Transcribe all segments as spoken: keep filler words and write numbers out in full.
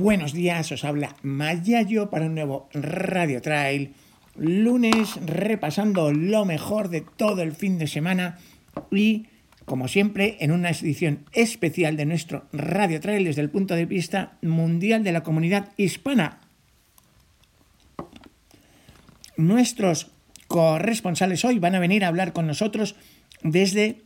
Buenos días, os habla Mayayo para un nuevo Radio Trail. Lunes repasando lo mejor de todo el fin de semana y, como siempre, en una edición especial de nuestro Radio Trail desde el punto de vista mundial de la comunidad hispana. Nuestros corresponsales hoy van a venir a hablar con nosotros desde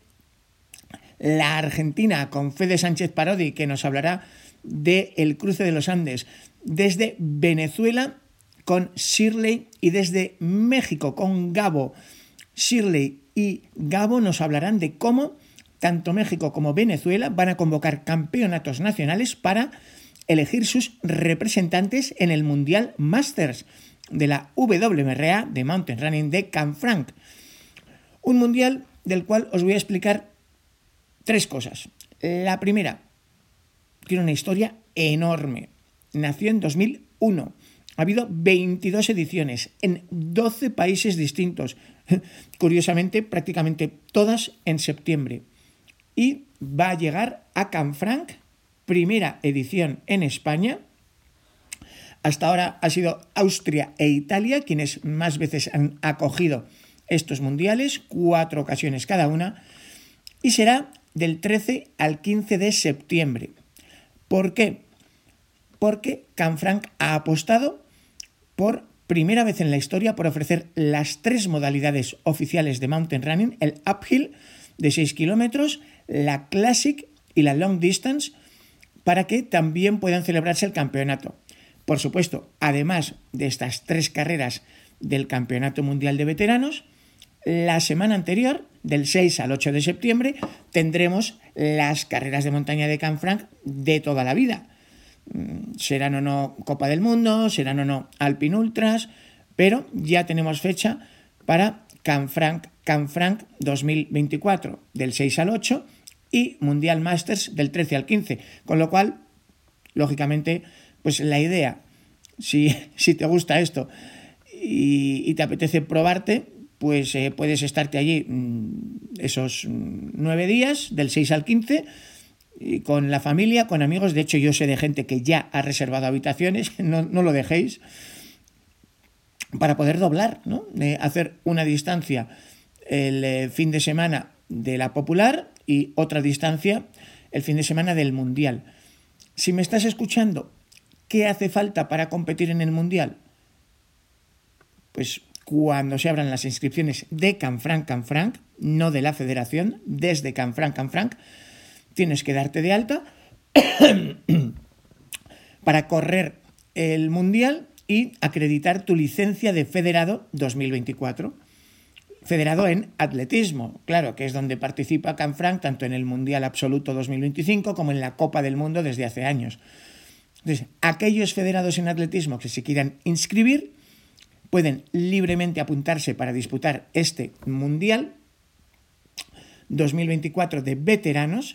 la Argentina con Fede Sánchez Parodi, que nos hablará del cruce de los Andes, desde Venezuela con Shirley y desde México con Gabo. Shirley y Gabo nos hablarán de cómo tanto México como Venezuela van a convocar campeonatos nacionales para elegir sus representantes en el Mundial Masters de la W M R A de Mountain Running de Canfranc. Un mundial del cual os voy a explicar tres cosas. La primera, tiene una historia enorme. Nació en dos mil uno. Ha habido veintidós ediciones en doce países distintos. Curiosamente, prácticamente todas en septiembre. Y va a llegar a Canfranc, primera edición en España. Hasta ahora ha sido Austria e Italia quienes más veces han acogido estos mundiales, cuatro ocasiones cada una. Y será del trece al quince de septiembre. ¿Por qué? Porque Canfranc ha apostado por primera vez en la historia por ofrecer las tres modalidades oficiales de mountain running, el uphill de seis kilómetros, la classic y la long distance, para que también puedan celebrarse el campeonato. Por supuesto, además de estas tres carreras del Campeonato Mundial de Veteranos, la semana anterior, del seis al ocho de septiembre, tendremos las carreras de montaña de Canfranc de toda la vida. Serán o no Copa del Mundo, serán o no Alpine Ultras, pero ya tenemos fecha para Canfranc, Canfranc dos mil veinticuatro, del seis al ocho, y Mundial Masters del trece al quince. Con lo cual, lógicamente, pues la idea, si, si te gusta esto y, y te apetece probarte, pues eh, puedes estarte allí mmm, esos mmm, nueve días, del seis al quince, y con la familia, con amigos. De hecho, yo sé de gente que ya ha reservado habitaciones, no, no lo dejéis, para poder doblar, ¿no? Eh, hacer una distancia el eh, fin de semana de la popular y otra distancia el fin de semana del mundial. Si me estás escuchando, ¿qué hace falta para competir en el mundial? Pues cuando se abran las inscripciones de Canfranc Canfranc, no de la federación, desde Canfranc Canfranc, tienes que darte de alta para correr el mundial y acreditar tu licencia de federado dos mil veinticuatro. Federado en atletismo, claro, que es donde participa Canfranc tanto en el Mundial Absoluto dos mil veinticinco como en la Copa del Mundo desde hace años. Entonces, aquellos federados en atletismo que se quieran inscribir pueden libremente apuntarse para disputar este Mundial dos mil veinticuatro de veteranos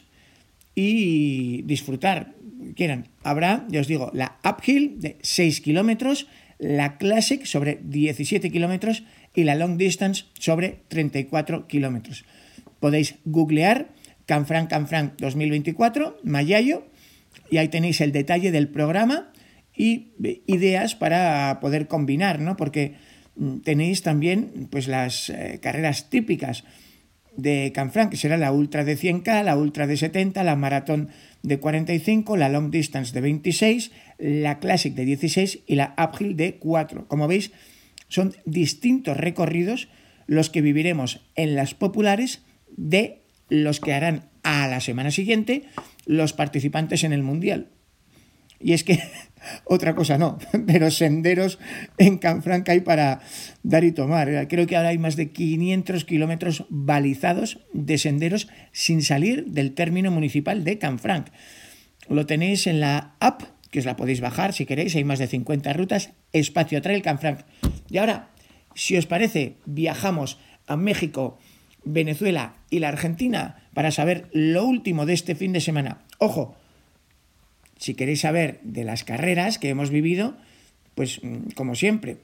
y disfrutar, quieran. Habrá, ya os digo, la uphill de seis kilómetros, la classic sobre diecisiete kilómetros y la long distance sobre treinta y cuatro kilómetros. Podéis googlear Canfranc Canfranc dos mil veinticuatro, Mayayo, y ahí tenéis el detalle del programa y ideas para poder combinar, ¿no? Porque tenéis también pues las eh, carreras típicas de Canfranc, que será la ultra de cien K, la ultra de setenta, la maratón de cuarenta y cinco, la long distance de veintiséis, la classic de dieciséis y la uphill de cuatro. Como veis, son distintos recorridos los que viviremos en las populares de los que harán a la semana siguiente los participantes en el mundial. Y es que, otra cosa no, pero senderos en Canfranc hay para dar y tomar. Creo que ahora hay más de quinientos kilómetros balizados de senderos sin salir del término municipal de Canfranc. Lo tenéis en la app, que os la podéis bajar si queréis, hay más de cincuenta rutas, Espacio Trail Canfranc. Y ahora, si os parece, viajamos a México, Venezuela y la Argentina para saber lo último de este fin de semana. Ojo, si queréis saber de las carreras que hemos vivido, pues como siempre,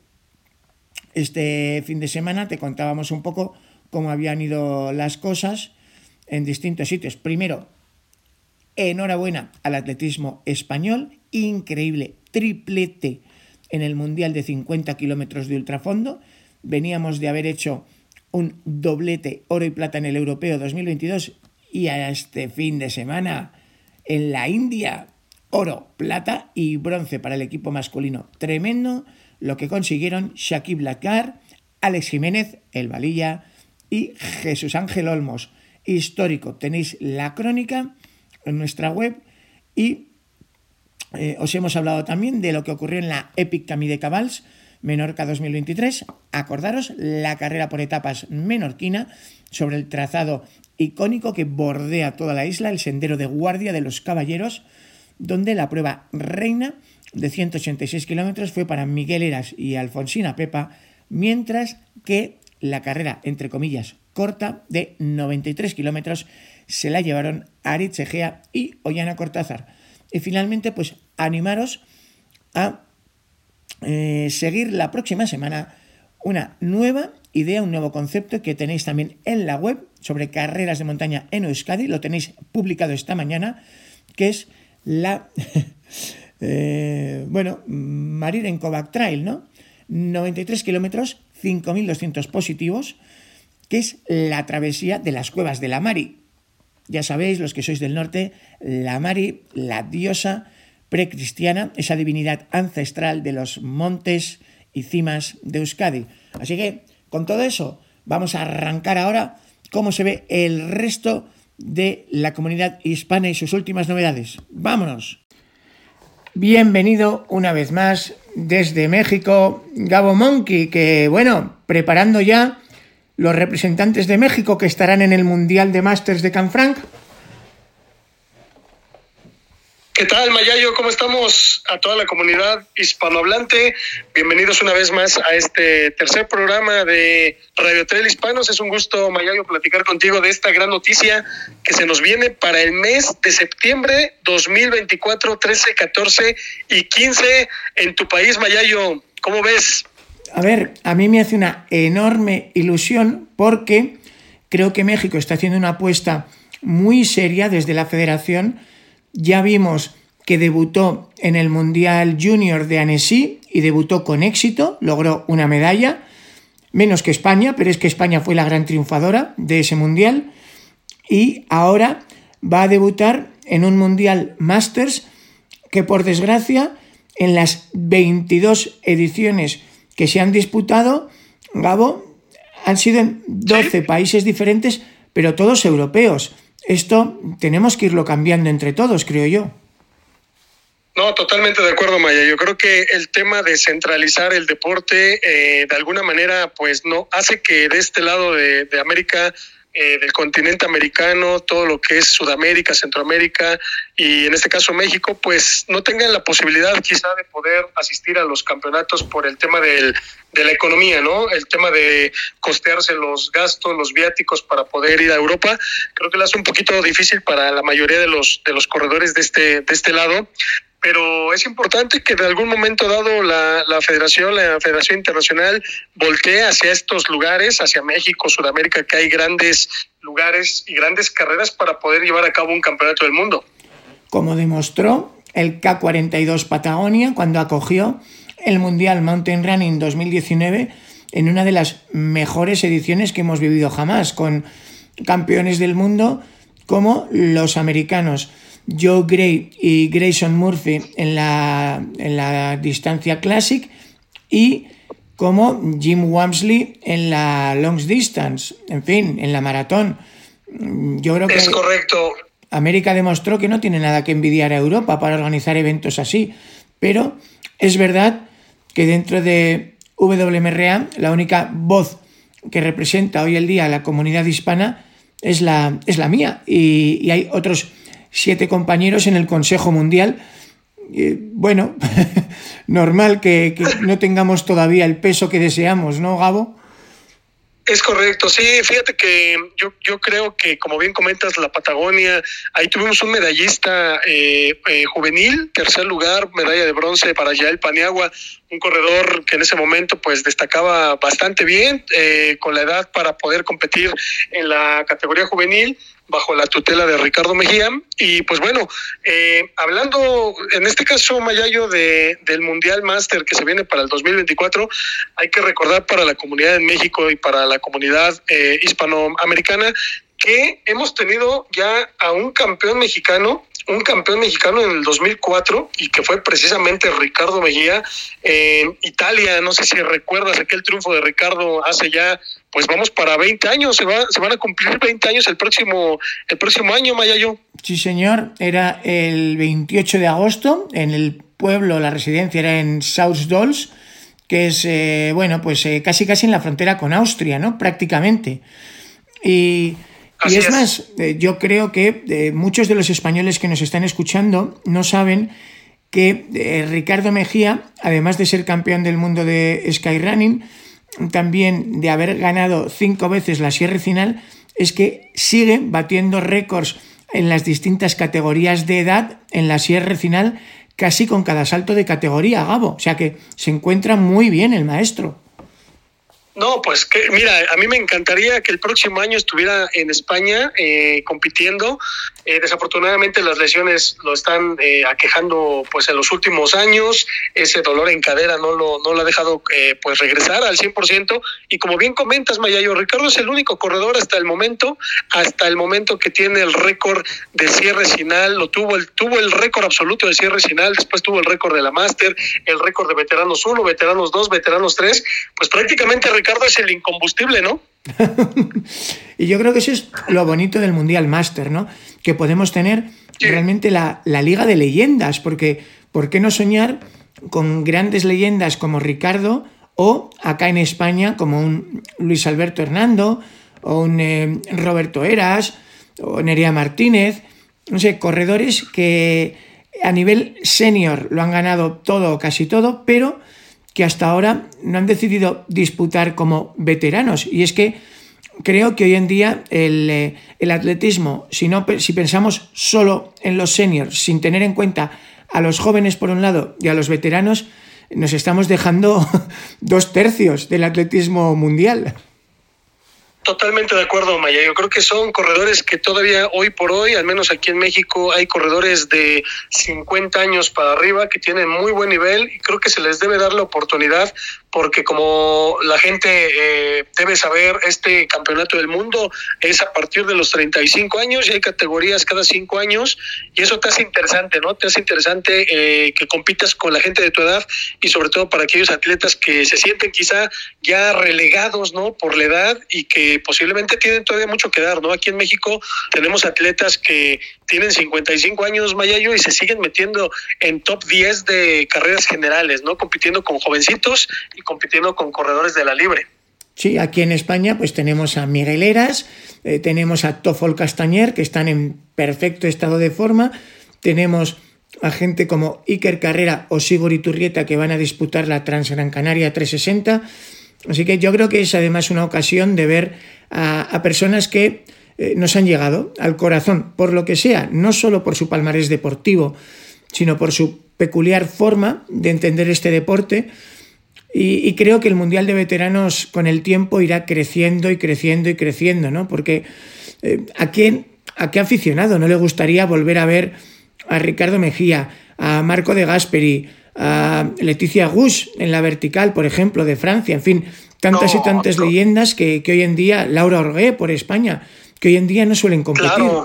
este fin de semana te contábamos un poco cómo habían ido las cosas en distintos sitios. Primero, enhorabuena al atletismo español increíble, triplete en el Mundial de cincuenta kilómetros de ultrafondo. Veníamos de haber hecho un doblete oro y plata en el Europeo dos mil veintidós y a este fin de semana en la India, oro, plata y bronce para el equipo masculino. Tremendo lo que consiguieron Shakib Lakar, Alex Jiménez, el Valilla y Jesús Ángel Olmos. Histórico. Tenéis la crónica en nuestra web y eh, os hemos hablado también de lo que ocurrió en la Epic Camí de Cabals, Menorca dos mil veintitrés. Acordaros, la carrera por etapas menorquina sobre el trazado icónico que bordea toda la isla, el Sendero de Guardia de los Caballeros, donde la prueba reina de ciento ochenta y seis kilómetros fue para Miguel Heras y Alfonsina Pepa, mientras que la carrera, entre comillas, corta de noventa y tres kilómetros se la llevaron Aritz Egea y Ollana Cortázar. Y finalmente, pues animaros a eh, seguir la próxima semana una nueva idea, un nuevo concepto que tenéis también en la web sobre carreras de montaña en Euskadi. Lo tenéis publicado esta mañana, que es la eh, bueno, Mariren Kovac Trail, ¿no? noventa y tres kilómetros, cinco mil doscientos positivos, que es la travesía de las cuevas de la Mari. Ya sabéis, los que sois del norte, la Mari, la diosa precristiana, esa divinidad ancestral de los montes y cimas de Euskadi. Así que, con todo eso, vamos a arrancar ahora cómo se ve el resto de la comunidad hispana y sus últimas novedades. ¡Vámonos! Bienvenido una vez más desde México, Gabo Monkey, que, bueno, preparando ya los representantes de México que estarán en el Mundial de Masters de Canfranc. ¿Qué tal, Mayayo? ¿Cómo estamos? A toda la comunidad hispanohablante, bienvenidos una vez más a este tercer programa de Radio Trail Hispanos. Es un gusto, Mayayo, platicar contigo de esta gran noticia que se nos viene para el mes de septiembre dos mil veinticuatro, trece, catorce y quince en tu país, Mayayo. ¿Cómo ves? A ver, a mí me hace una enorme ilusión porque creo que México está haciendo una apuesta muy seria desde la federación. Ya vimos que debutó en el Mundial Junior de Annecy y debutó con éxito, logró una medalla, menos que España, pero es que España fue la gran triunfadora de ese Mundial, y ahora va a debutar en un Mundial Masters que, por desgracia, en las veintidós ediciones que se han disputado, Gabo, han sido en doce países diferentes, pero todos europeos. Esto tenemos que irlo cambiando entre todos, creo yo. No, totalmente de acuerdo, Maya. Yo creo que el tema de centralizar el deporte, eh, de alguna manera, pues no hace que de este lado de, de América, eh, del continente americano, todo lo que es Sudamérica, Centroamérica y en este caso México, pues no tengan la posibilidad quizá de poder asistir a los campeonatos por el tema del, de la economía, ¿no? El tema de costearse los gastos, los viáticos para poder ir a Europa. Creo que lo hace un poquito difícil para la mayoría de los, de los corredores de este, de este lado. Pero es importante que de algún momento dado la, la federación, la Federación Internacional voltee hacia estos lugares, hacia México, Sudamérica, que hay grandes lugares y grandes carreras para poder llevar a cabo un campeonato del mundo. Como demostró el K cuarenta y dos Patagonia cuando acogió el Mundial Mountain Running dos mil diecinueve en una de las mejores ediciones que hemos vivido jamás, con campeones del mundo como los americanos Joe Gray y Grayson Murphy en la, en la distancia Classic y como Jim Walmsley en la Long Distance, en fin, en la maratón. Yo creo que es correcto. América demostró que no tiene nada que envidiar a Europa para organizar eventos así, pero es verdad que dentro de W M R A la única voz que representa hoy el día a la comunidad hispana es la, es la mía, y, y hay otros siete compañeros en el Consejo Mundial. Eh, bueno, normal que, que no tengamos todavía el peso que deseamos, ¿no, Gabo? Es correcto, sí, fíjate que yo, yo creo que, como bien comentas, la Patagonia, ahí tuvimos un medallista eh, eh, juvenil, tercer lugar, medalla de bronce para Yael Paniagua, un corredor que en ese momento pues destacaba bastante bien, eh, con la edad para poder competir en la categoría juvenil. bajo la tutela de Ricardo Mejía. Y pues bueno, eh, hablando en este caso, Mayayo, de, del Mundial Master que se viene para el dos mil veinticuatro, hay que recordar para la comunidad en México y para la comunidad eh, hispanoamericana que hemos tenido ya a un campeón mexicano, un campeón mexicano en el dos mil cuatro, y que fue precisamente Ricardo Mejía en Italia. No sé si recuerdas aquel triunfo de Ricardo hace ya, pues vamos para veinte años, se va, se van a cumplir veinte años el próximo, el próximo año, Mayayo. Sí, señor, era el veintiocho de agosto, en el pueblo, la residencia era en South-Dols, que es, eh, bueno, pues eh, casi casi en la frontera con Austria, ¿no? Prácticamente. Y... Y es, es más, eh, yo creo que eh, muchos de los españoles que nos están escuchando no saben que eh, Ricardo Mejía, además de ser campeón del mundo de skyrunning, también de haber ganado cinco veces la Sierre Final, es que sigue batiendo récords en las distintas categorías de edad en la Sierre Final, casi con cada salto de categoría, Gabo. O sea que se encuentra muy bien el maestro. No, pues que mira, a mí me encantaría que el próximo año estuviera en España eh, compitiendo. Eh, desafortunadamente las lesiones lo están eh, aquejando pues en los últimos años. Ese dolor en cadera no lo no lo ha dejado eh, pues regresar al cien por ciento. Y como bien comentas, Mayayo, Ricardo es el único corredor hasta el momento, hasta el momento que tiene el récord de cierre final. Lo tuvo el tuvo el récord absoluto de cierre final. Después tuvo el récord de la Master, el récord de veteranos uno, veteranos dos, veteranos tres. Pues prácticamente Ricardo Ricardo es el incombustible, ¿no? Y yo creo que eso es lo bonito del Mundial Master, ¿no? Que podemos tener sí. realmente la, la liga de leyendas, porque ¿por qué no soñar con grandes leyendas como Ricardo o acá en España como un Luis Alberto Hernando o un eh, Roberto Heras o Nerea Martínez? No sé, corredores que a nivel senior lo han ganado todo o casi todo, pero que hasta ahora no han decidido disputar como veteranos. Y es que creo que hoy en día el, eh, el atletismo, si, no, si pensamos solo en los seniors, sin tener en cuenta a los jóvenes por un lado y a los veteranos, nos estamos dejando dos tercios del atletismo mundial. Totalmente de acuerdo, Maya. Yo creo que son corredores que todavía hoy por hoy, al menos aquí en México, hay corredores de cincuenta años para arriba que tienen muy buen nivel y creo que se les debe dar la oportunidad porque como la gente eh, debe saber, este campeonato del mundo es a partir de los treinta y cinco años y hay categorías cada cinco años y eso te hace interesante, ¿no? Te hace interesante eh, que compitas con la gente de tu edad y sobre todo para aquellos atletas que se sienten quizá ya relegados, ¿no? Por la edad y que posiblemente tienen todavía mucho que dar, ¿no? Aquí en México tenemos atletas que tienen cincuenta y cinco años, Mayayo, y se siguen metiendo en top diez de carreras generales, ¿no? Compitiendo con jovencitos y compitiendo con corredores de la libre. Sí, aquí en España pues tenemos a Miguel Heras, eh, tenemos a Tofol Castañer, que están en perfecto estado de forma, tenemos a gente como Iker Carrera o Sigor Iturrieta que van a disputar la Transgran Canaria trescientos sesenta, así que yo creo que es además una ocasión de ver a, a personas que eh, nos han llegado al corazón, por lo que sea, no solo por su palmarés deportivo, sino por su peculiar forma de entender este deporte. Y, y creo que el Mundial de Veteranos con el tiempo irá creciendo y creciendo y creciendo, ¿no? Porque eh, ¿a quién, a qué aficionado no le gustaría volver a ver a Ricardo Mejía, a Marco de Gasperi, a Leticia Gus en la vertical, por ejemplo, de Francia, en fin, tantas no, y tantas no. leyendas que, que hoy en día, Laura Orgué por España, que hoy en día no suelen competir. Claro.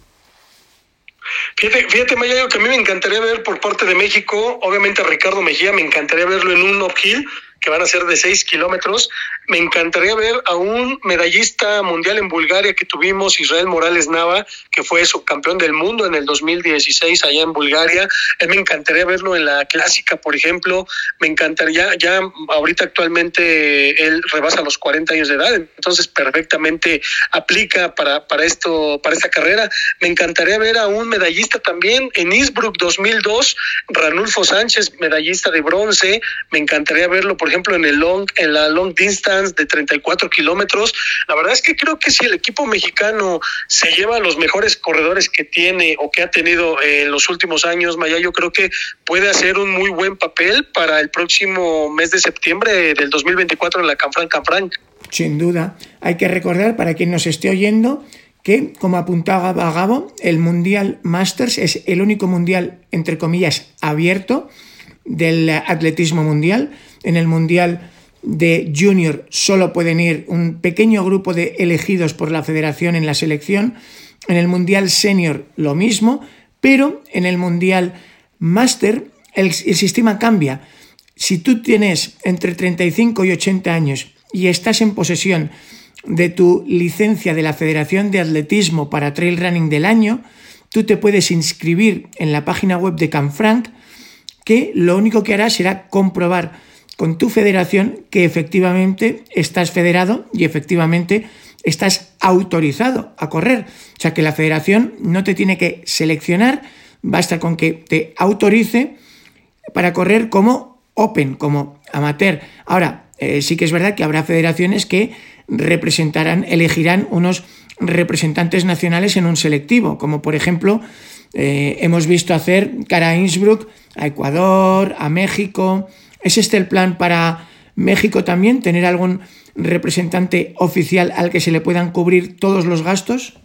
Fíjate, fíjate, Mayayo, que a mí me encantaría ver por parte de México, obviamente a Ricardo Mejía, me encantaría verlo en un uphill, que van a ser de seis kilómetros. Me encantaría ver a un medallista mundial en Bulgaria que tuvimos, Israel Morales Nava, que fue subcampeón del mundo en el dos mil dieciséis allá en Bulgaria. Él me encantaría verlo en la clásica, por ejemplo. Me encantaría, ya ahorita actualmente él rebasa los cuarenta años de edad, entonces perfectamente aplica para, para, esto, para esta carrera. Me encantaría ver a un medallista también en Innsbruck dos mil dos, Ranulfo Sánchez, medallista de bronce. Me encantaría verlo, por ejemplo, en el long, en la long distance de treinta y cuatro kilómetros. La verdad es que creo que si el equipo mexicano se lleva a los mejores corredores que tiene o que ha tenido en los últimos años, Maya, yo creo que puede hacer un muy buen papel para el próximo mes de septiembre del dos mil veinticuatro en la Canfranc Canfranc. Sin duda. Hay que recordar, para quien nos esté oyendo, que, como apuntaba Gabo, el Mundial Masters es el único mundial, entre comillas, abierto del atletismo mundial. En el Mundial de Junior solo pueden ir un pequeño grupo de elegidos por la federación en la selección. En el Mundial Senior lo mismo, pero en el Mundial Master el, el sistema cambia. Si tú tienes entre treinta y cinco y ochenta años y estás en posesión de tu licencia de la Federación de Atletismo para Trail Running del año, tú te puedes inscribir en la página web de Canfranc, que lo único que hará será comprobar con tu federación que efectivamente estás federado y efectivamente estás autorizado a correr. O sea que la federación no te tiene que seleccionar, basta con que te autorice para correr como open, como amateur. Ahora, eh, sí que es verdad que habrá federaciones que representarán, elegirán unos representantes nacionales en un selectivo, como por ejemplo eh, hemos visto hacer cara a Innsbruck, a Ecuador, a México. ¿Es este el plan para México también, tener algún representante oficial al que se le puedan cubrir todos los gastos?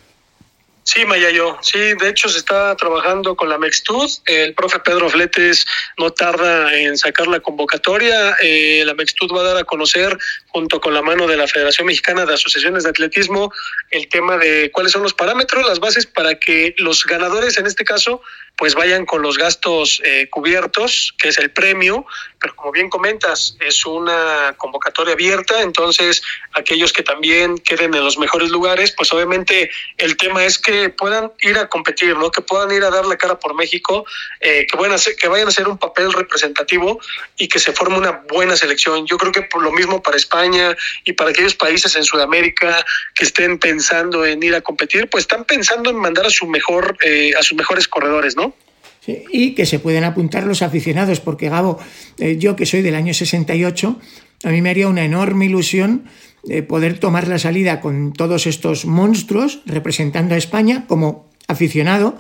Sí, Mayayo, sí, de hecho se está trabajando con la Mextud. El profe Pedro Fletes no tarda en sacar la convocatoria. Eh, la Mextud va a dar a conocer, junto con la mano de la Federación Mexicana de Asociaciones de Atletismo, el tema de cuáles son los parámetros, las bases para que los ganadores, en este caso, pues vayan con los gastos eh, cubiertos, que es el premio, pero como bien comentas, es una convocatoria abierta, entonces aquellos que también queden en los mejores lugares, pues obviamente el tema es que puedan ir a competir, ¿no? Que puedan ir a dar la cara por México, eh, que, vayan a hacer, que vayan a hacer un papel representativo y que se forme una buena selección. Yo creo que por lo mismo para España y para aquellos países en Sudamérica que estén pensando en ir a competir, pues están pensando en mandar a su mejor, eh, a sus mejores corredores, ¿no? Sí, y que se pueden apuntar los aficionados, porque Gabo, eh, yo que soy del año sesenta y ocho, a mí me haría una enorme ilusión eh, poder tomar la salida con todos estos monstruos representando a España como aficionado,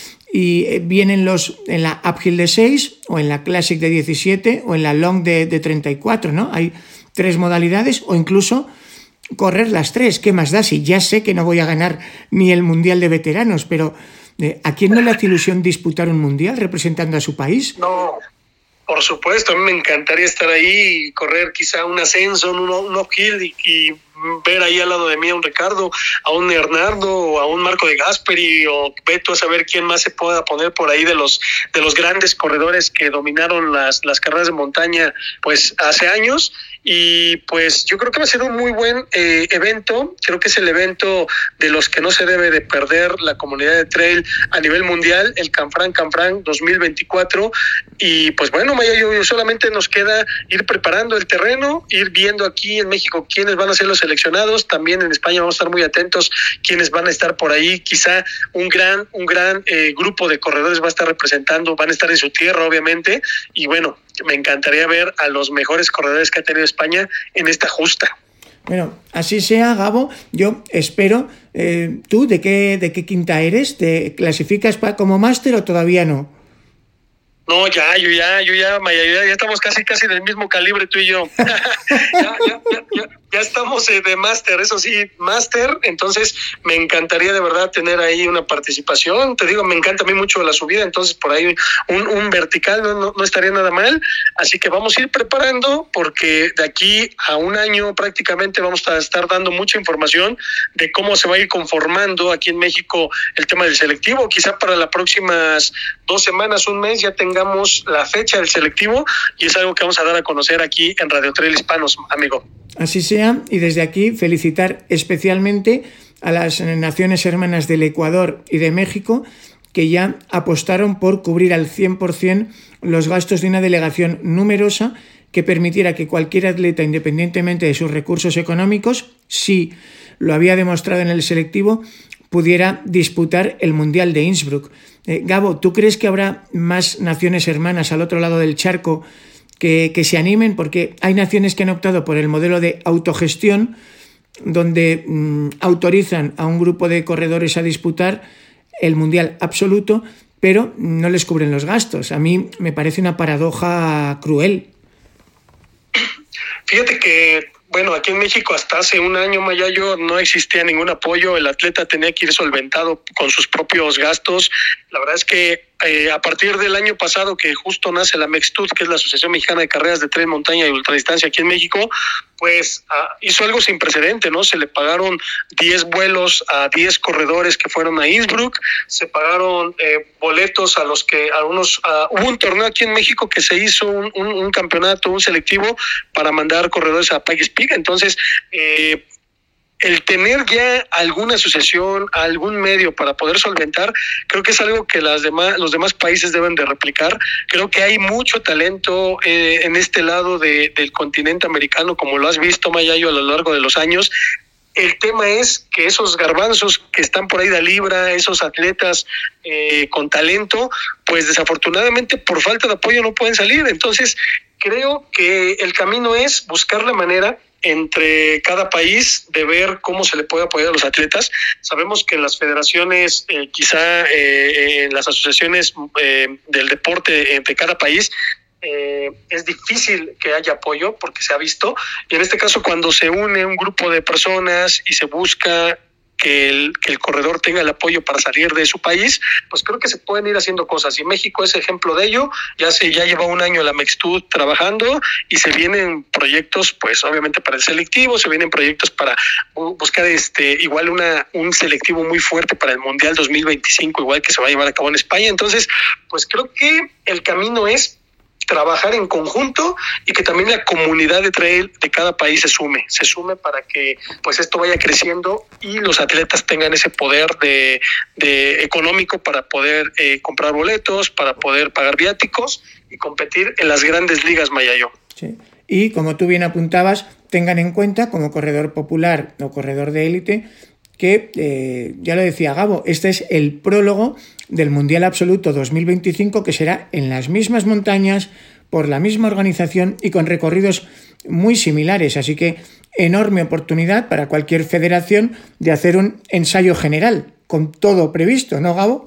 y eh, vienen los en la uphill de seis o en la classic de diecisiete o en la long de, de treinta y cuatro, ¿no? Hay tres modalidades, o incluso correr las tres. ¿Qué más da? Si ya sé que no voy a ganar ni el Mundial de Veteranos, pero ¿a quién no le hace ilusión disputar un mundial representando a su país? No, por supuesto, a mí me encantaría estar ahí y correr quizá un ascenso, un, un uphill y, y ver ahí al lado de mí a un Ricardo, a un Hernando, o a un Marco de Gasperi, o Beto, a saber quién más se pueda poner por ahí de los de los grandes corredores que dominaron las, las carreras de montaña pues hace años. Y pues yo creo que va a ser un muy buen eh, evento. Creo que es el evento de los que no se debe de perder la comunidad de trail a nivel mundial, el Canfranc Canfranc dos mil veinticuatro. Y pues bueno, Maya, yo, yo solamente nos queda ir preparando el terreno, ir viendo aquí en México quiénes van a ser los seleccionados. También en España vamos a estar muy atentos quiénes van a estar por ahí. Quizá un gran, un gran eh, grupo de corredores va a estar representando, van a estar en su tierra, obviamente. Y bueno, me encantaría ver a los mejores corredores que ha tenido España en esta justa. Bueno, así sea, Gabo. Yo espero. Eh, ¿Tú de qué, de qué quinta eres? ¿Te clasificas para como máster o todavía no? No, ya, yo ya, yo ya, Maya, ya, ya estamos casi, casi del mismo calibre tú y yo. ya, ya, ya, ya, ya estamos eh, de máster, eso sí, máster. Entonces me encantaría de verdad tener ahí una participación. Te digo, me encanta a mí mucho la subida, entonces por ahí un, un vertical no, no, no estaría nada mal. Así que vamos a ir preparando, porque de aquí a un año prácticamente vamos a estar dando mucha información de cómo se va a ir conformando aquí en México el tema del selectivo. Quizá para las próximas dos semanas, un mes, ya tengamos la fecha del selectivo, y es algo que vamos a dar a conocer aquí en Radio Trail Hispanos, amigo. Así sea, y desde aquí felicitar especialmente a las naciones hermanas del Ecuador y de México, que ya apostaron por cubrir al cien por ciento los gastos de una delegación numerosa que permitiera que cualquier atleta, independientemente de sus recursos económicos, si lo había demostrado en el selectivo, pudiera disputar el Mundial de Innsbruck. Eh, Gabo, ¿tú crees que habrá más naciones hermanas al otro lado del charco que, que se animen? Porque hay naciones que han optado por el modelo de autogestión, donde mmm, autorizan a un grupo de corredores a disputar el Mundial absoluto, pero no les cubren los gastos. A mí me parece una paradoja cruel. Fíjate que bueno, aquí en México hasta hace un año, Mayayo, no existía ningún apoyo, el atleta tenía que ir solventado con sus propios gastos. La verdad es que eh, a partir del año pasado, que justo nace la MEXTUD, que es la Asociación Mexicana de Carreras de Tren, Montaña y Ultradistancia aquí en México, pues uh, hizo algo sin precedente, ¿no? Se le pagaron diez vuelos a diez corredores que fueron a Innsbruck, se pagaron eh, boletos a los que algunos, uh, hubo un torneo aquí en México que se hizo un, un, un campeonato, un selectivo para mandar corredores a Pikes Peak. Entonces, eh, el tener ya alguna asociación, algún medio para poder solventar, creo que es algo que las demás, los demás países deben de replicar. Creo que hay mucho talento eh, en este lado de, del continente americano, como lo has visto, Mayayo, a lo largo de los años. El tema es que esos garbanzos que están por ahí de libra, esos atletas eh, con talento, pues desafortunadamente por falta de apoyo no pueden salir. Entonces, creo que el camino es buscar la manera entre cada país de ver cómo se le puede apoyar a los atletas. Sabemos que en las federaciones, eh, quizá eh, en las asociaciones eh, del deporte de cada país, eh, es difícil que haya apoyo porque se ha visto. Y en este caso, cuando se une un grupo de personas y se busca que el, que el corredor tenga el apoyo para salir de su país, pues creo que se pueden ir haciendo cosas. Y México es ejemplo de ello. Ya se ya lleva un año la MEXTUD trabajando y se vienen proyectos, pues obviamente para el selectivo, se vienen proyectos para buscar este igual una un selectivo muy fuerte para el Mundial dos mil veinticinco, igual que se va a llevar a cabo en España. Entonces, pues creo que el camino es trabajar en conjunto y que también la comunidad de trail de cada país se sume, se sume para que pues esto vaya creciendo y los atletas tengan ese poder de, de económico para poder eh, comprar boletos, para poder pagar viáticos y competir en las grandes ligas, Mayayo. Sí. Y como tú bien apuntabas, tengan en cuenta como corredor popular o corredor de élite que, eh, ya lo decía Gabo, este es el prólogo del Mundial Absoluto dos mil veinticinco, que será en las mismas montañas, por la misma organización y con recorridos muy similares. Así que enorme oportunidad para cualquier federación de hacer un ensayo general, con todo previsto, ¿no, Gabo?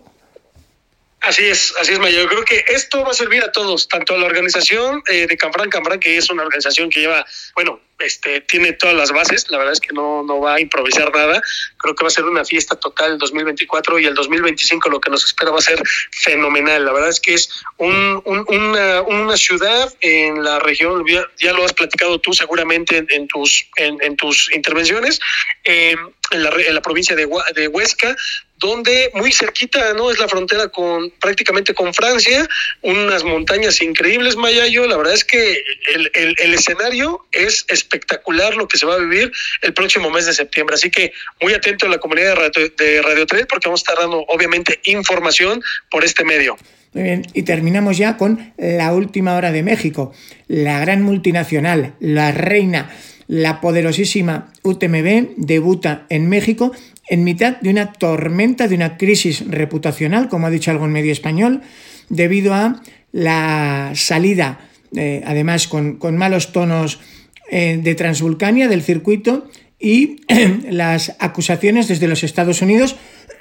Así es, así es, Maya. Yo creo que esto va a servir a todos, tanto a la organización eh, de Canfranc Canfranc, que es una organización que lleva, bueno, este, tiene todas las bases. La verdad es que no, no va a improvisar nada. Creo que va a ser una fiesta total el dos mil veinticuatro y el dos mil veinticinco lo que nos espera va a ser fenomenal. La verdad es que es un, un, una, una ciudad en la región, ya, ya lo has platicado tú seguramente en, en, tus, en, en tus intervenciones, eh, en, la, en la provincia de, de Huesca, donde muy cerquita, ¿no? Es la frontera con prácticamente con Francia, unas montañas increíbles, Mayayo. La verdad es que el, el, el escenario es espectacular lo que se va a vivir el próximo mes de septiembre. Así que muy atento a la comunidad de Radio, de Radio Trail, porque vamos a estar dando, obviamente, información por este medio. Muy bien, y terminamos ya con la última hora de México. La gran multinacional, la reina, la poderosísima U T M B debuta en México en mitad de una tormenta, de una crisis reputacional, como ha dicho algún medio español, debido a la salida, eh, además con, con malos tonos, eh, de Transvulcania, del circuito, y eh, las acusaciones desde los Estados Unidos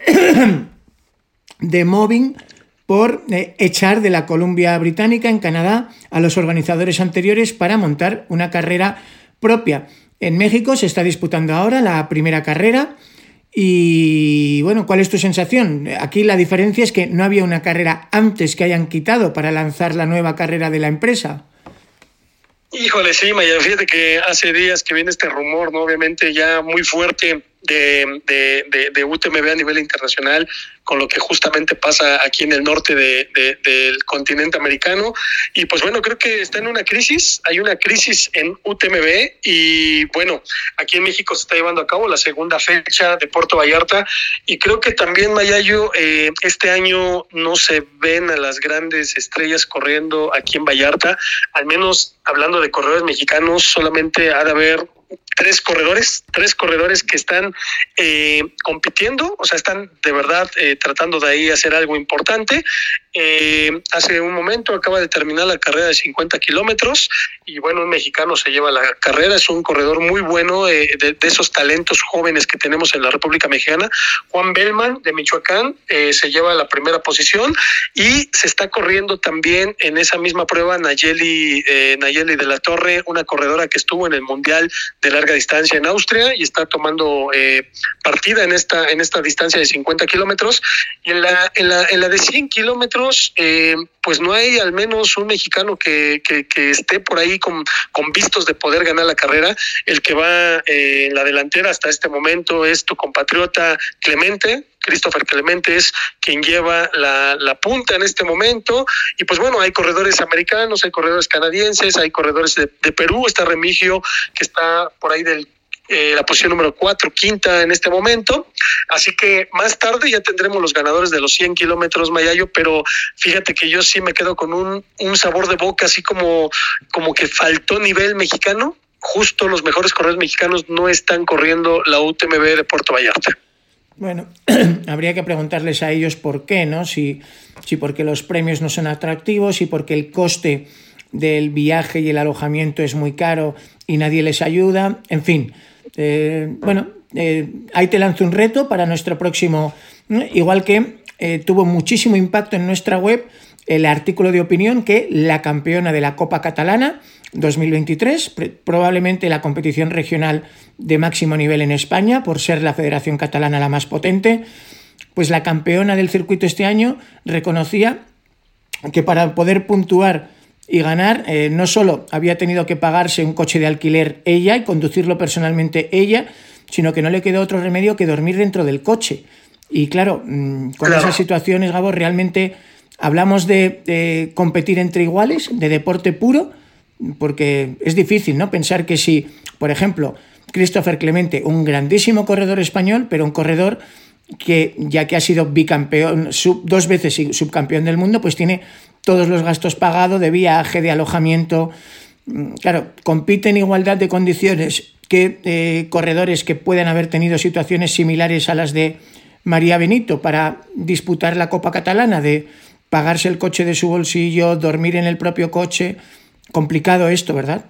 de mobbing por eh, echar de la Columbia Británica en Canadá a los organizadores anteriores para montar una carrera propia. En México se está disputando ahora la primera carrera. Y bueno, ¿cuál es tu sensación? Aquí la diferencia es que no había una carrera antes que hayan quitado para lanzar la nueva carrera de la empresa. Híjole, sí, Maya, fíjate que hace días que viene este rumor, ¿no? Obviamente ya muy fuerte de, de, de, de U T M B a nivel internacional, con lo que justamente pasa aquí en el norte de, de, del continente americano. Y pues bueno, creo que está en una crisis, hay una crisis en U T M B y bueno, aquí en México se está llevando a cabo la segunda fecha de Puerto Vallarta y creo que también, Mayayo, eh, este año no se ven a las grandes estrellas corriendo aquí en Vallarta, al menos hablando de corredores mexicanos, solamente ha de haber tres corredores, tres corredores que están eh, compitiendo, o sea, están de verdad eh, tratando de ahí hacer algo importante. Eh, hace un momento acaba de terminar la carrera de cincuenta kilómetros y bueno, un mexicano se lleva la carrera, es un corredor muy bueno, eh, de, de esos talentos jóvenes que tenemos en la República Mexicana. Juan Bellman de Michoacán eh, se lleva la primera posición y se está corriendo también en esa misma prueba Nayeli, eh, Nayeli de la Torre, una corredora que estuvo en el Mundial de larga distancia en Austria y está tomando eh, partida en esta en esta distancia de cincuenta kilómetros. Y en la, en la, en la de cien kilómetros, eh, pues no hay al menos un mexicano que, que, que esté por ahí con, con vistos de poder ganar la carrera. El que va eh, en la delantera hasta este momento es tu compatriota Clemente. Christopher Clemente es quien lleva la, la punta en este momento. Y pues bueno, hay corredores americanos, hay corredores canadienses, hay corredores de, de Perú. Está Remigio, que está por ahí del Eh, la posición número cuatro, quinta en este momento. Así que más tarde ya tendremos los ganadores de los cien kilómetros, Mayayo, pero fíjate que yo sí me quedo con un, un sabor de boca, así como, como que faltó nivel mexicano. Justo los mejores corredores mexicanos no están corriendo la U T M B de Puerto Vallarta. Bueno, habría que preguntarles a ellos por qué, ¿no? Si, si porque los premios no son atractivos, si porque el coste del viaje y el alojamiento es muy caro y nadie les ayuda, en fin. Eh, bueno, eh, ahí te lanzo un reto para nuestro próximo, ¿no? Igual que eh, tuvo muchísimo impacto en nuestra web el artículo de opinión que la campeona de la Copa Catalana dos mil veintitrés, probablemente la competición regional de máximo nivel en España, por ser la federación catalana la más potente, pues la campeona del circuito este año reconocía que para poder puntuar y ganar, eh, no solo había tenido que pagarse un coche de alquiler ella y conducirlo personalmente ella, sino que no le quedó otro remedio que dormir dentro del coche. Y claro, con claro. esas situaciones, Gabo, realmente hablamos de, de competir entre iguales, de deporte puro, porque es difícil, ¿no? Pensar que si, por ejemplo, Christopher Clemente, un grandísimo corredor español, pero un corredor que ya que ha sido bicampeón, sub, dos veces subcampeón del mundo, pues tiene todos los gastos pagados de viaje, de alojamiento. Claro, compite en igualdad de condiciones que eh, corredores que puedan haber tenido situaciones similares a las de María Benito para disputar la Copa Catalana, de pagarse el coche de su bolsillo, dormir en el propio coche. Complicado esto, ¿verdad?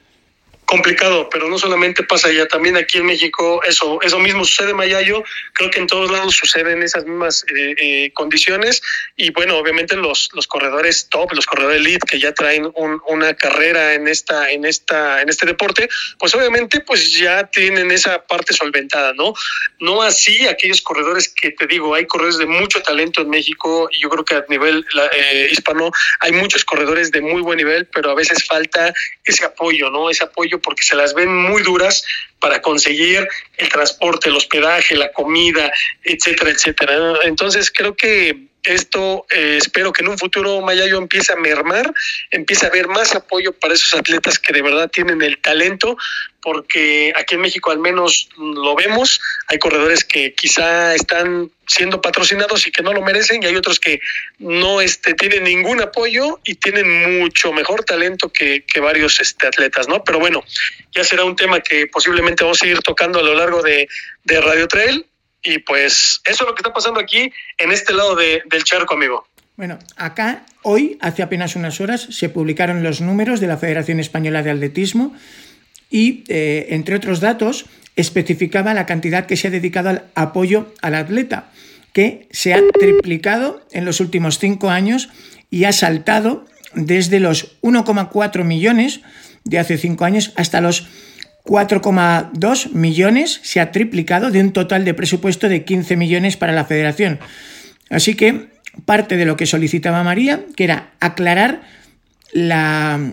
Complicado, pero no solamente pasa allá, también aquí en México eso eso mismo sucede, Mayayo. Creo que en todos lados suceden esas mismas eh, eh, condiciones y bueno, obviamente los los corredores top, los corredores elite que ya traen un, una carrera en esta en esta en este deporte, pues obviamente pues ya tienen esa parte solventada, ¿no? No así aquellos corredores que te digo, hay corredores de mucho talento en México y yo creo que a nivel eh, hispano hay muchos corredores de muy buen nivel, pero a veces falta ese apoyo, ¿no? Ese apoyo porque se las ven muy duras para conseguir el transporte, el hospedaje, la comida, etcétera, etcétera. Entonces creo que esto, eh, espero que en un futuro, Mayayo, empiece a mermar, empiece a haber más apoyo para esos atletas que de verdad tienen el talento, porque aquí en México al menos lo vemos, hay corredores que quizá están siendo patrocinados y que no lo merecen, y hay otros que no este, tienen ningún apoyo y tienen mucho mejor talento que, que varios este, atletas, ¿no? Pero bueno, ya será un tema que posiblemente vamos a ir tocando a lo largo de, de Radio Trail. Y pues eso es lo que está pasando aquí en este lado de, del charco, amigo. Bueno, acá hoy, hace apenas unas horas, se publicaron los números de la Federación Española de Atletismo y, eh, entre otros datos, especificaba la cantidad que se ha dedicado al apoyo al atleta, que se ha triplicado en los últimos cinco años y ha saltado desde los uno coma cuatro millones de hace cinco años hasta los cuatro coma dos millones, se ha triplicado de un total de presupuesto de quince millones para la federación. Así que parte de lo que solicitaba María, que era aclarar la,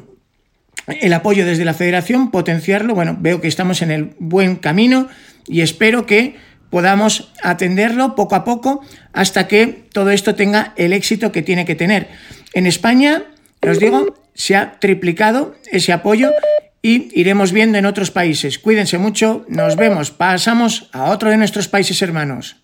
el apoyo desde la federación, potenciarlo. Bueno, veo que estamos en el buen camino y espero que podamos atenderlo poco a poco hasta que todo esto tenga el éxito que tiene que tener. En España, os digo, se ha triplicado ese apoyo y iremos viendo en otros países. Cuídense mucho, nos vemos. Pasamos a otro de nuestros países hermanos.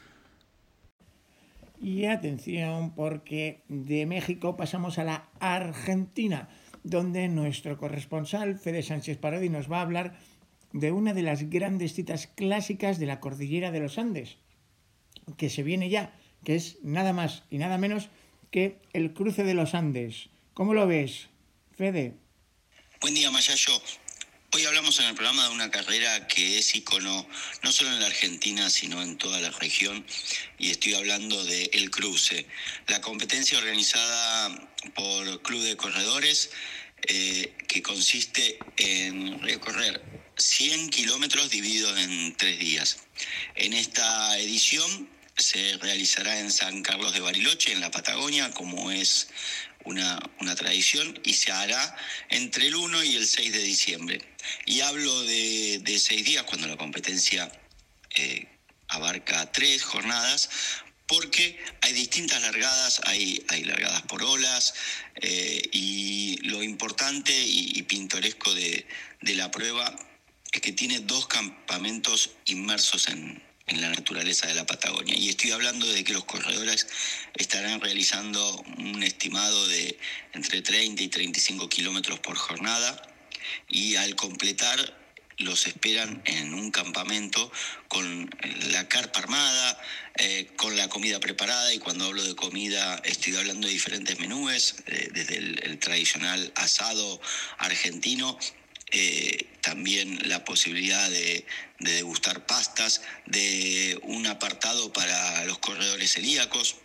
Y atención, porque de México pasamos a la Argentina, donde nuestro corresponsal, Fede Sánchez Parodi, nos va a hablar de una de las grandes citas clásicas de la cordillera de los Andes, que se viene ya, que es nada más y nada menos que el cruce de los Andes. ¿Cómo lo ves, Fede? Buen día, Mayayo. Hoy hablamos en el programa de una carrera que es ícono no solo en la Argentina, sino en toda la región, y estoy hablando de El Cruce, la competencia organizada por Club de Corredores, eh, que consiste en recorrer cien kilómetros divididos en tres días. En esta edición se realizará en San Carlos de Bariloche, en la Patagonia, como es una, una tradición, y se hará entre el uno y el seis de diciembre. Y hablo de, de seis días cuando la competencia eh, abarca tres jornadas, porque hay distintas largadas, hay, hay largadas por olas, eh, y lo importante y, y pintoresco de, de la prueba es que tiene dos campamentos inmersos en, en la naturaleza de la Patagonia. Y estoy hablando de que los corredores estarán realizando un estimado de entre treinta y treinta y cinco kilómetros por jornada, y al completar los esperan en un campamento con la carpa armada, eh, con la comida preparada, y cuando hablo de comida estoy hablando de diferentes menúes, eh, desde el, el tradicional asado argentino, eh, también la posibilidad de, de degustar pastas, de un apartado para los corredores celíacos,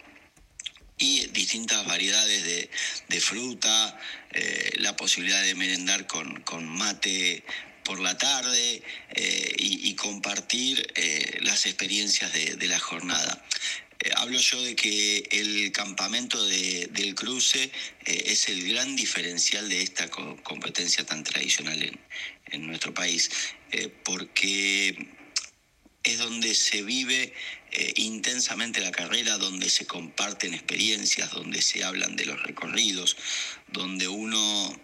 y distintas variedades de, de fruta, eh, la posibilidad de merendar con, con mate por la tarde, eh, y, y compartir eh, las experiencias de, de la jornada. Eh, hablo yo de que el campamento de, del cruce eh, es el gran diferencial de esta co- competencia tan tradicional en, en nuestro país, eh, porque es donde se vive eh, intensamente la carrera, donde se comparten experiencias, donde se hablan de los recorridos, donde uno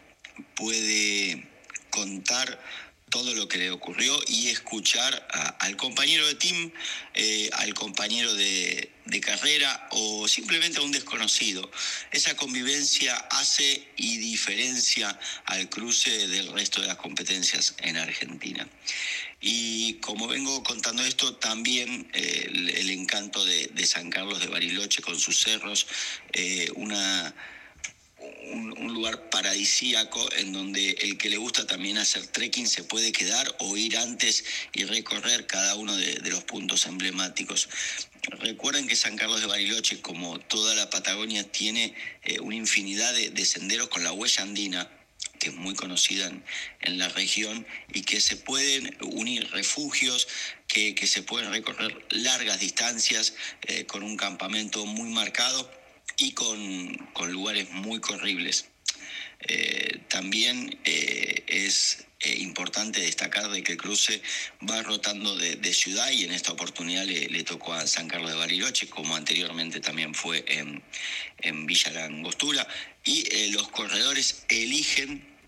puede contar todo lo que le ocurrió y escuchar a, al compañero de team, eh, al compañero de, de carrera, o simplemente a un desconocido. Esa convivencia hace y diferencia al cruce del resto de las competencias en Argentina. Y como vengo contando esto, también eh, el, el encanto de, de San Carlos de Bariloche con sus cerros, eh, una... Un, un lugar paradisíaco en donde el que le gusta también hacer trekking se puede quedar o ir antes y recorrer cada uno de, de los puntos emblemáticos. Recuerden que San Carlos de Bariloche, como toda la Patagonia, tiene eh, una infinidad de, de senderos con la huella andina, que es muy conocida en, en la región, y que se pueden unir refugios, que, que se pueden recorrer largas distancias eh, con un campamento muy marcado y con, con lugares muy corribles. Eh, también eh, es eh, importante destacar de que el cruce va rotando de, de ciudad, y en esta oportunidad le, le tocó a San Carlos de Bariloche, como anteriormente también fue en, en Villa La Angostura, y eh, los corredores eligen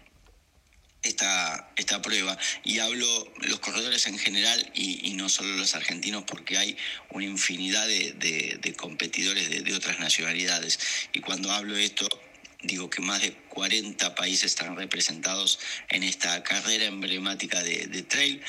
Esta, esta prueba, y hablo los corredores en general y, y no solo los argentinos, porque hay una infinidad de, de, de competidores de, de otras nacionalidades, y cuando hablo de esto digo que más de cuarenta países están representados en esta carrera emblemática de, de trail,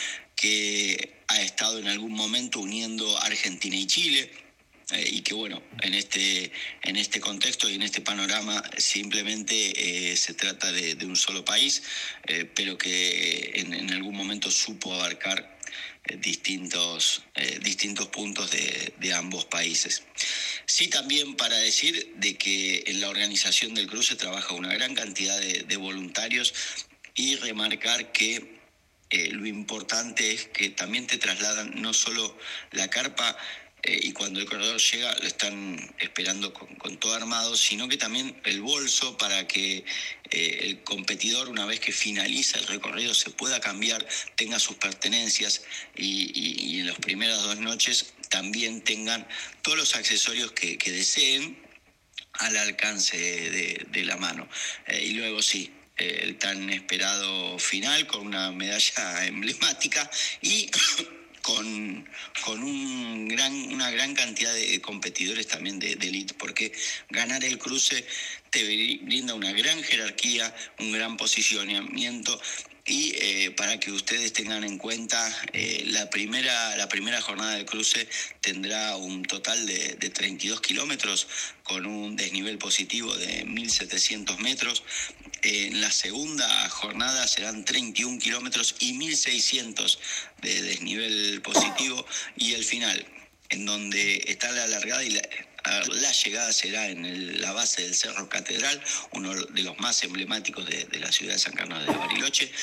que ha estado en algún momento uniendo Argentina y Chile. Eh, y que bueno, en este, en este contexto y en este panorama simplemente eh, se trata de, de un solo país, eh, pero que en, en algún momento supo abarcar eh, distintos, eh, distintos puntos de, de ambos países. Sí, también para decir de que en la organización del cruce trabaja una gran cantidad de, de voluntarios, y remarcar que eh, lo importante es que también te trasladan no solo la carpa, Eh, y cuando el corredor llega lo están esperando con, con todo armado, sino que también el bolso, para que eh, el competidor, una vez que finaliza el recorrido, se pueda cambiar, tenga sus pertenencias, y, y, y en las primeras dos noches también tengan todos los accesorios que, que deseen al alcance de, de la mano. Eh, y luego sí, eh, el tan esperado final con una medalla emblemática y con, con un gran, una gran cantidad de competidores también de, de elite, porque ganar el cruce te brinda una gran jerarquía, un gran posicionamiento. Y eh, para que ustedes tengan en cuenta, eh, la primera la primera jornada del cruce tendrá un total de, de treinta y dos kilómetros con un desnivel positivo de mil setecientos metros. En la segunda jornada serán treinta y un kilómetros y mil seiscientos de desnivel positivo. Y el final, en donde está la largada y la, la llegada, será en el, la base del Cerro Catedral, uno de los más emblemáticos de, de la ciudad de San Carlos de Bariloche,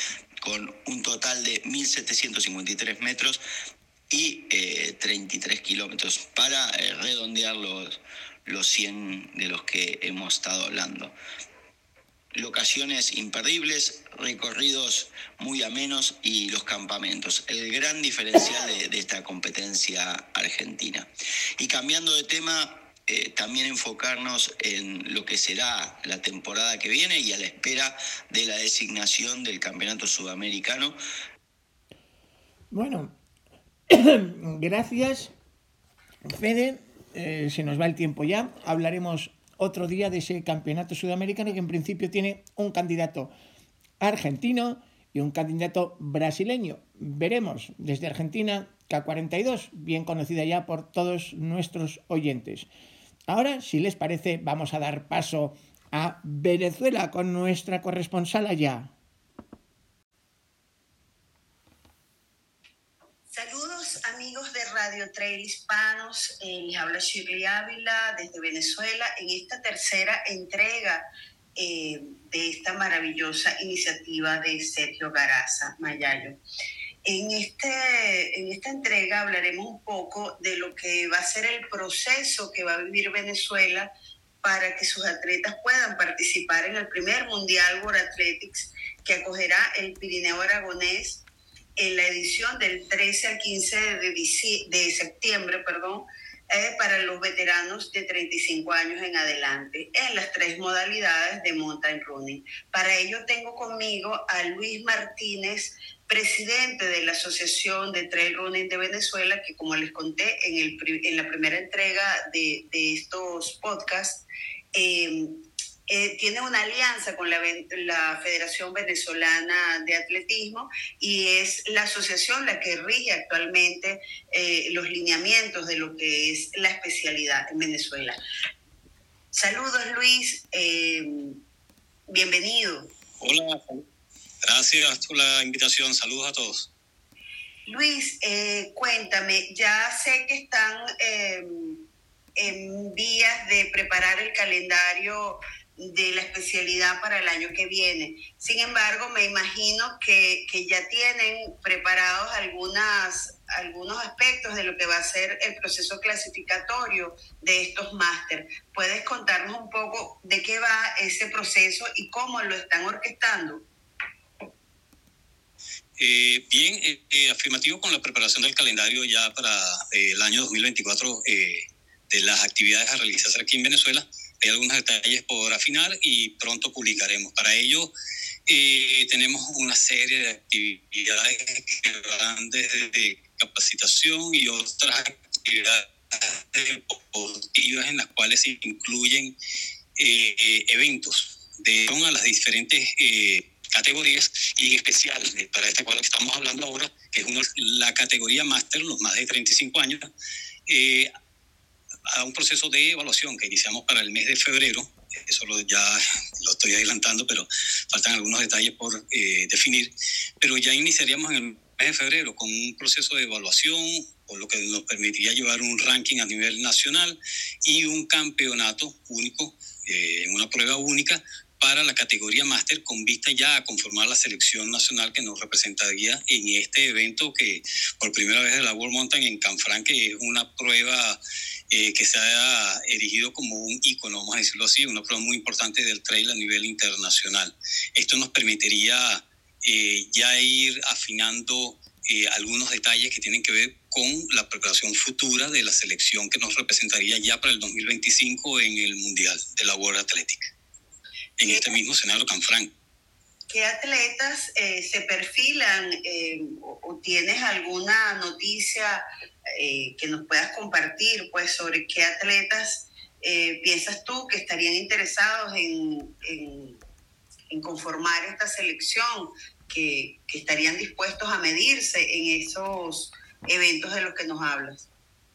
con un total de mil setecientos cincuenta y tres metros y eh, treinta y tres kilómetros, para eh, redondear los, los cien de los que hemos estado hablando. Locaciones imperdibles, recorridos muy amenos y los campamentos, el gran diferencial de, de esta competencia argentina. Y cambiando de tema, eh, también enfocarnos en lo que será la temporada que viene y a la espera de la designación del Campeonato Sudamericano. Bueno, gracias, Fede. Eh, se nos va el tiempo ya. Hablaremos otro día de ese campeonato sudamericano, que en principio tiene un candidato argentino y un candidato brasileño. Veremos. Desde Argentina, K cuarenta y dos, bien conocida ya por todos nuestros oyentes. Ahora, si les parece, vamos a dar paso a Venezuela con nuestra corresponsal allá. Saludos amigos de Radio Trail Hispanos, eh, les habla Shirley Ávila desde Venezuela en esta tercera entrega eh, de esta maravillosa iniciativa de Sergio Garaza Mayayo. En, este, en esta entrega hablaremos un poco de lo que va a ser el proceso que va a vivir Venezuela para que sus atletas puedan participar en el primer Mundial World Athletics que acogerá el Pirineo Aragonés en la edición del trece al quince de, dic- de septiembre, perdón, eh, para los veteranos de treinta y cinco años en adelante, en las tres modalidades de mountain running. Para ello tengo conmigo a Luis Martínez, presidente de la Asociación de Trail Running de Venezuela, que como les conté en, el, en la primera entrega de, de estos podcasts, eh, Eh, tiene una alianza con la, la Federación Venezolana de Atletismo y es la asociación la que rige actualmente eh, los lineamientos de lo que es la especialidad en Venezuela. Saludos, Luis. Eh, bienvenido. Hola, gracias por la invitación. Saludos a todos. Luis, eh, cuéntame, ya sé que están eh, en vías de preparar el calendario de la especialidad para el año que viene. Sin embargo, me imagino que, que ya tienen preparados algunas, algunos aspectos de lo que va a ser el proceso clasificatorio de estos máster. ¿Puedes contarnos un poco de qué va ese proceso y cómo lo están orquestando? Eh, bien, eh, eh, afirmativo con la preparación del calendario ya para eh, el año dos mil veinticuatro eh, de las actividades a realizarse aquí en Venezuela. Hay algunos detalles por afinar y pronto publicaremos. Para ello eh, tenemos una serie de actividades que van desde capacitación y otras actividades deportivas en las cuales se incluyen eh, eh, eventos de a las diferentes eh, categorías y en especial para esta cual que estamos hablando ahora, que es una, la categoría máster, los más de treinta y cinco años, eh, a un proceso de evaluación que iniciamos para el mes de febrero. Eso lo, ya lo estoy adelantando, pero faltan algunos detalles por eh, definir. Pero ya iniciaríamos en el mes de febrero con un proceso de evaluación, por lo que nos permitiría llevar un ranking a nivel nacional y un campeonato único, eh, en una prueba única, para la categoría máster, con vista ya a conformar la selección nacional que nos representaría en este evento que por primera vez de la World Mountain en Canfranc, que es una prueba eh, que se ha erigido como un ícono, vamos a decirlo así, una prueba muy importante del trail a nivel internacional. Esto nos permitiría eh, ya ir afinando eh, algunos detalles que tienen que ver con la preparación futura de la selección que nos representaría ya para el dos mil veinticinco en el Mundial de la World Athletics, en este mismo escenario Canfranc. ¿Qué atletas eh, se perfilan eh, o, o tienes alguna noticia eh, que nos puedas compartir pues, sobre qué atletas eh, piensas tú que estarían interesados en, en, en conformar esta selección, que, que estarían dispuestos a medirse en esos eventos de los que nos hablas?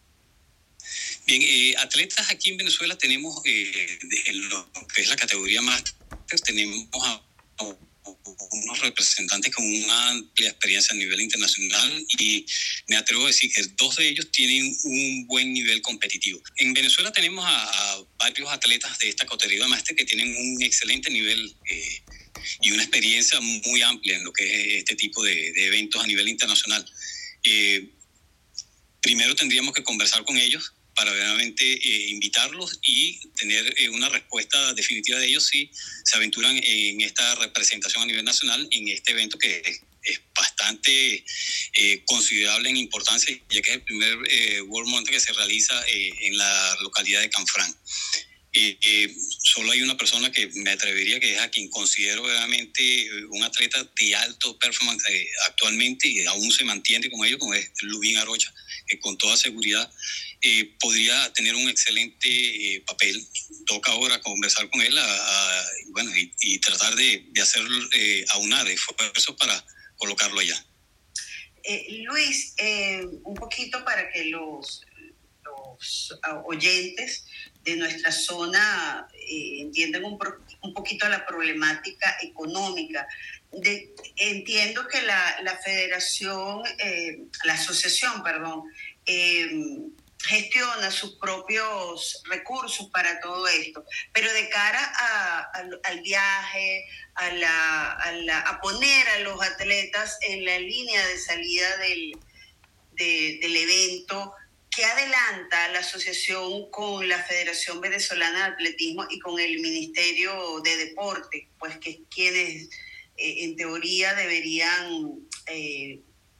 Bien, eh, atletas aquí en Venezuela tenemos, eh, en lo que es la categoría máster, tenemos a, a unos representantes con una amplia experiencia a nivel internacional y me atrevo a decir que dos de ellos tienen un buen nivel competitivo. En Venezuela tenemos a, a varios atletas de esta categoría máster que tienen un excelente nivel eh, y una experiencia muy amplia en lo que es este tipo de, de eventos a nivel internacional. Eh, primero tendríamos que conversar con ellos para realmente eh, invitarlos y tener eh, una respuesta definitiva de ellos si se aventuran en esta representación a nivel nacional en este evento que es, es bastante eh, considerable en importancia, ya que es el primer eh, World Mountain que se realiza eh, en la localidad de Canfranc. Eh, eh, solo hay una persona que me atrevería, que es a quien considero realmente un atleta de alto performance eh, actualmente y aún se mantiene como ellos, como es Lubin Arocha, que con toda seguridad eh, podría tener un excelente eh, papel. Toca ahora conversar con él a, a, bueno, y, y tratar de, de hacer eh, aunar esfuerzos para colocarlo allá. Eh, Luis, eh, un poquito para que los, los oyentes de nuestra zona eh, entiendan un, un poquito la problemática económica. De, entiendo que la, la federación, eh, la asociación, perdón, eh, gestiona sus propios recursos para todo esto, pero de cara a, a, al viaje, a, la, a, la, a poner a los atletas en la línea de salida del, de, del evento, ¿qué adelanta la asociación con la Federación Venezolana de Atletismo y con el Ministerio de Deporte? Pues que quienes eh, en teoría deberían eh,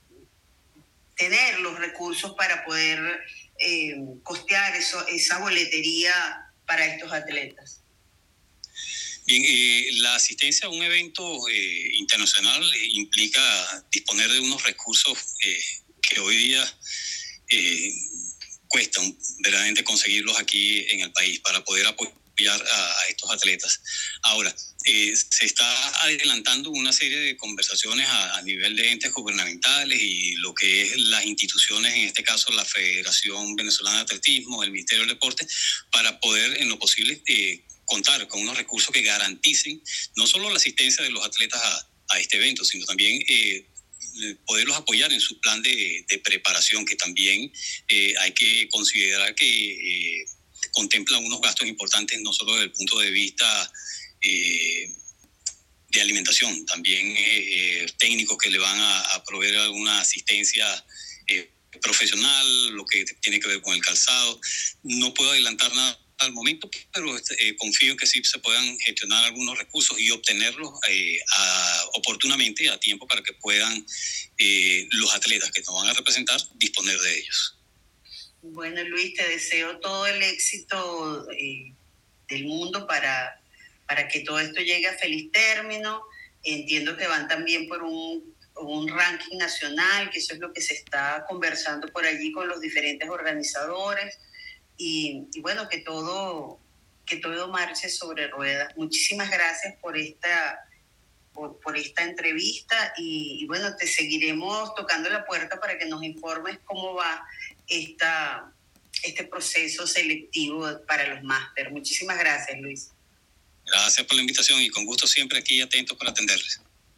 tener los recursos para poder eh, costear eso, esa boletería para estos atletas. Bien, eh, la asistencia a un evento eh, internacional eh, implica disponer de unos recursos eh, que hoy día eh, cuesta verdaderamente conseguirlos aquí en el país para poder apoyar a, a estos atletas. Ahora, eh, se está adelantando una serie de conversaciones a, a nivel de entes gubernamentales y lo que es las instituciones, en este caso la Federación Venezolana de Atletismo, el Ministerio del Deporte, para poder en lo posible eh, contar con unos recursos que garanticen no solo la asistencia de los atletas a, a este evento, sino también eh, poderlos apoyar en su plan de, de preparación, que también eh, hay que considerar que eh, contempla unos gastos importantes, no solo desde el punto de vista eh, de alimentación, también eh, técnicos que le van a, a proveer alguna asistencia eh, profesional, lo que tiene que ver con el calzado. No puedo adelantar nada al momento, pero eh, confío en que sí se puedan gestionar algunos recursos y obtenerlos eh, a, oportunamente, a tiempo, para que puedan eh, los atletas que nos van a representar disponer de ellos. Bueno, Luis, te deseo todo el éxito eh, del mundo para, para que todo esto llegue a feliz término. Entiendo que van también por un, un ranking nacional, que eso es lo que se está conversando por allí con los diferentes organizadores. Y, y bueno, que todo, que todo marche sobre ruedas. Muchísimas gracias por esta, por, por esta entrevista y, y bueno, te seguiremos tocando la puerta para que nos informes cómo va esta, este proceso selectivo para los máster. Muchísimas gracias, Luis. Gracias por la invitación y con gusto siempre aquí atentos para atenderles.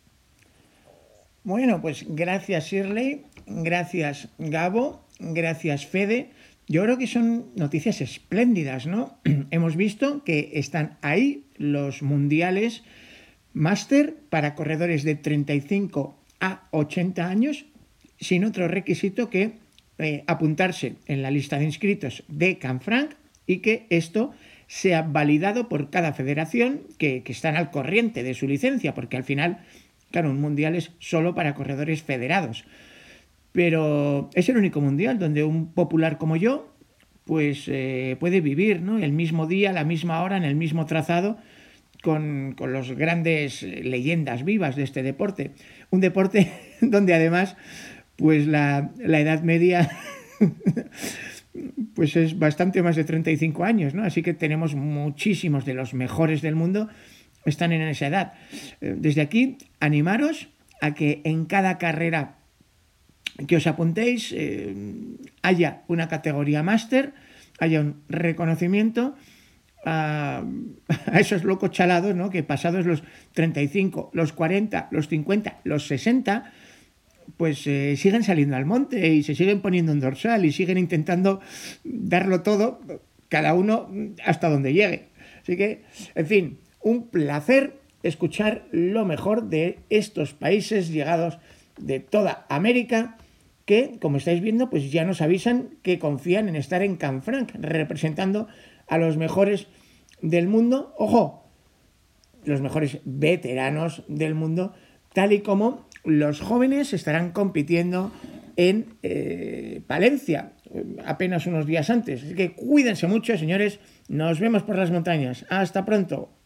Bueno, pues gracias Shirley, gracias Gabo, gracias Fede. Yo creo que son noticias espléndidas, ¿no? Hemos visto que están ahí los mundiales máster para corredores de treinta y cinco a ochenta años, sin otro requisito que eh, apuntarse en la lista de inscritos de Canfranc y que esto sea validado por cada federación que, que están al corriente de su licencia, porque al final, claro, un mundial es solo para corredores federados. Pero es el único mundial donde un popular como yo pues eh, puede vivir, ¿no? El mismo día, la misma hora, en el mismo trazado, con, con los grandes leyendas vivas de este deporte. Un deporte donde además pues la, la edad media pues es bastante más de treinta y cinco años, ¿no? Así que tenemos muchísimos de los mejores del mundo están en esa edad. Desde aquí, animaros a que en cada carrera que os apuntéis eh, haya una categoría máster, haya un reconocimiento a, a esos locos chalados, ¿no? Que pasados los treinta y cinco, los cuarenta, los cincuenta, los sesenta, pues eh, siguen saliendo al monte y se siguen poniendo un dorsal y siguen intentando darlo todo, cada uno hasta donde llegue. Así que, en fin, un placer escuchar lo mejor de estos países llegados de toda América que, como estáis viendo, pues ya nos avisan que confían en estar en Canfranc, representando a los mejores del mundo. ¡Ojo! Los mejores veteranos del mundo, tal y como los jóvenes estarán compitiendo en eh, Palencia, apenas unos días antes. Así que cuídense mucho, señores. Nos vemos por las montañas. Hasta pronto.